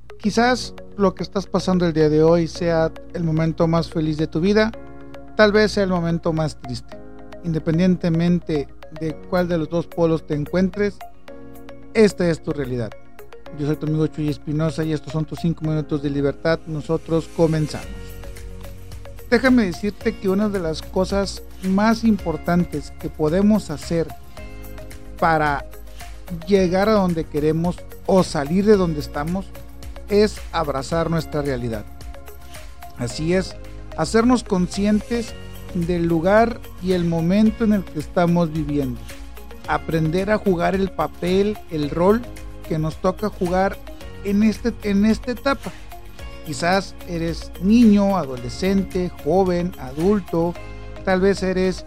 Quizás lo que estás pasando el día de hoy sea el momento más feliz de tu vida, tal vez sea el momento más triste. Independientemente de cuál de los dos polos te encuentres, esta es tu realidad. Yo soy tu amigo Chuy Espinosa y estos son tus 5 minutos de libertad. Nosotros comenzamos. Déjame decirte que una de las cosas más importantes que podemos hacer para llegar a donde queremos o salir de donde estamos es abrazar nuestra realidad. Así es, hacernos conscientes del lugar y el momento en el que estamos viviendo. Aprender a jugar el papel, el rol que nos toca jugar en esta etapa. Quizás eres niño, adolescente, joven, adulto, tal vez eres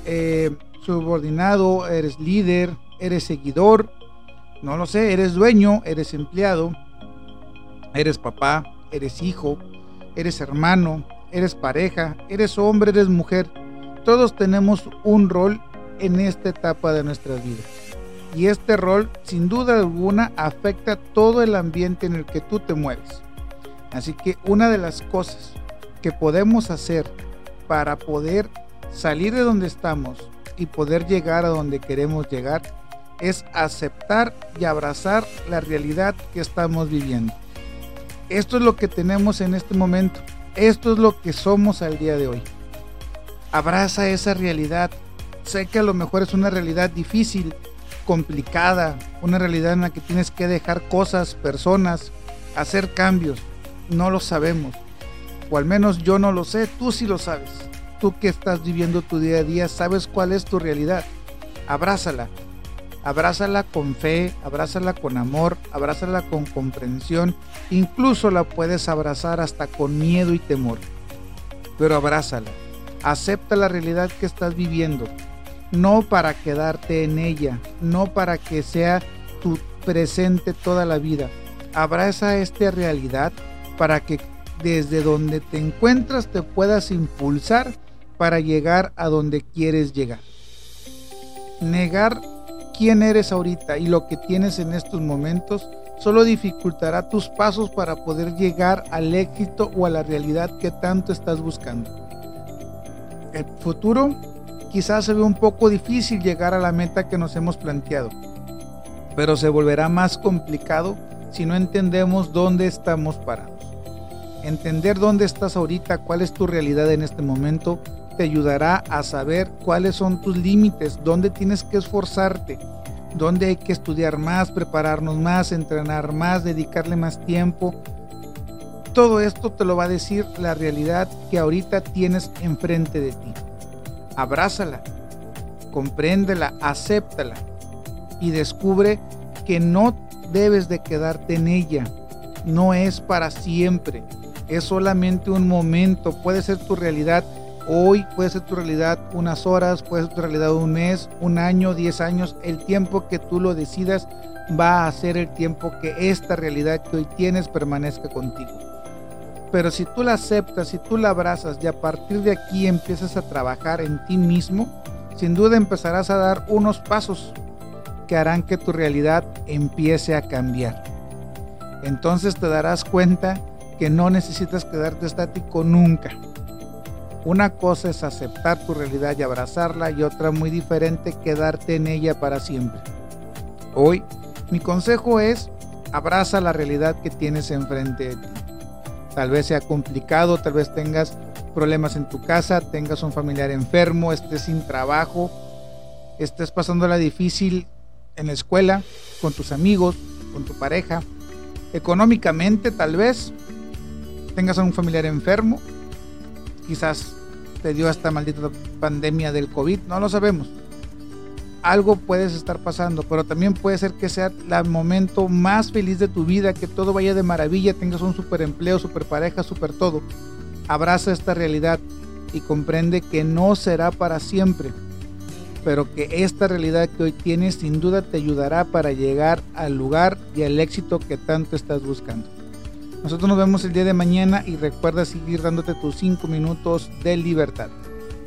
subordinado, eres líder, eres seguidor, no lo sé, eres dueño, eres empleado, eres papá, eres hijo, eres hermano, eres pareja, eres hombre, eres mujer. Todos tenemos un rol en esta etapa de nuestras vidas. Y este rol, sin duda alguna, afecta todo el ambiente en el que tú te mueves. Así que una de las cosas que podemos hacer para poder salir de donde estamos y poder llegar a donde queremos llegar es aceptar y abrazar la realidad que estamos viviendo. Esto es lo que tenemos en este momento. Esto es lo que somos al día de hoy. Abraza esa realidad. Sé que a lo mejor es una realidad difícil, complicada, una realidad en la que tienes que dejar cosas, personas, hacer cambios. No lo sabemos, o al menos yo no lo sé, tú sí lo sabes. Tú que estás viviendo tu día a día, sabes cuál es tu realidad. Abrázala. Abrázala con fe, abrázala con amor, abrázala con comprensión, incluso la puedes abrazar hasta con miedo y temor. Pero abrázala, acepta la realidad que estás viviendo, no para quedarte en ella, no para que sea tu presente toda la vida. Abraza esta realidad para que desde donde te encuentras te puedas impulsar para llegar a donde quieres llegar. Negar quién eres ahorita y lo que tienes en estos momentos solo dificultará tus pasos para poder llegar al éxito o a la realidad que tanto estás buscando. El futuro quizás se ve un poco difícil llegar a la meta que nos hemos planteado, pero se volverá más complicado si no entendemos dónde estamos parados. Entender dónde estás ahorita, cuál es tu realidad en este momento, te ayudará a saber cuáles son tus límites, dónde tienes que esforzarte, dónde hay que estudiar más, prepararnos más, entrenar más, dedicarle más tiempo. Todo esto te lo va a decir la realidad que ahorita tienes enfrente de ti. Abrázala, compréndela, acéptala y descubre que no debes de quedarte en ella. No es para siempre, es solamente un momento. Puede ser tu realidad hoy, puede ser tu realidad unas horas, puede ser tu realidad un mes, un año, 10 años. El tiempo que tú lo decidas va a ser el tiempo que esta realidad que hoy tienes permanezca contigo. Pero si tú la aceptas, si tú la abrazas y a partir de aquí empiezas a trabajar en ti mismo, sin duda empezarás a dar unos pasos que harán que tu realidad empiece a cambiar. Entonces te darás cuenta que no necesitas quedarte estático nunca. Una cosa es aceptar tu realidad y abrazarla, y otra muy diferente, quedarte en ella para siempre. Hoy, mi consejo es: abraza la realidad que tienes enfrente de ti. Tal vez sea complicado, tal vez tengas problemas en tu casa, tengas un familiar enfermo, estés sin trabajo, estés pasándola difícil en la escuela, con tus amigos, con tu pareja, económicamente tal vez tengas a un familiar enfermo, quizás te dio esta maldita pandemia del COVID, no lo sabemos. Algo puedes estar pasando, pero también puede ser que sea el momento más feliz de tu vida, que todo vaya de maravilla, tengas un super empleo, super pareja, super todo. Abraza esta realidad y comprende que no será para siempre, pero que esta realidad que hoy tienes sin duda te ayudará para llegar al lugar y al éxito que tanto estás buscando. Nosotros nos vemos el día de mañana y recuerda seguir dándote tus 5 minutos de libertad.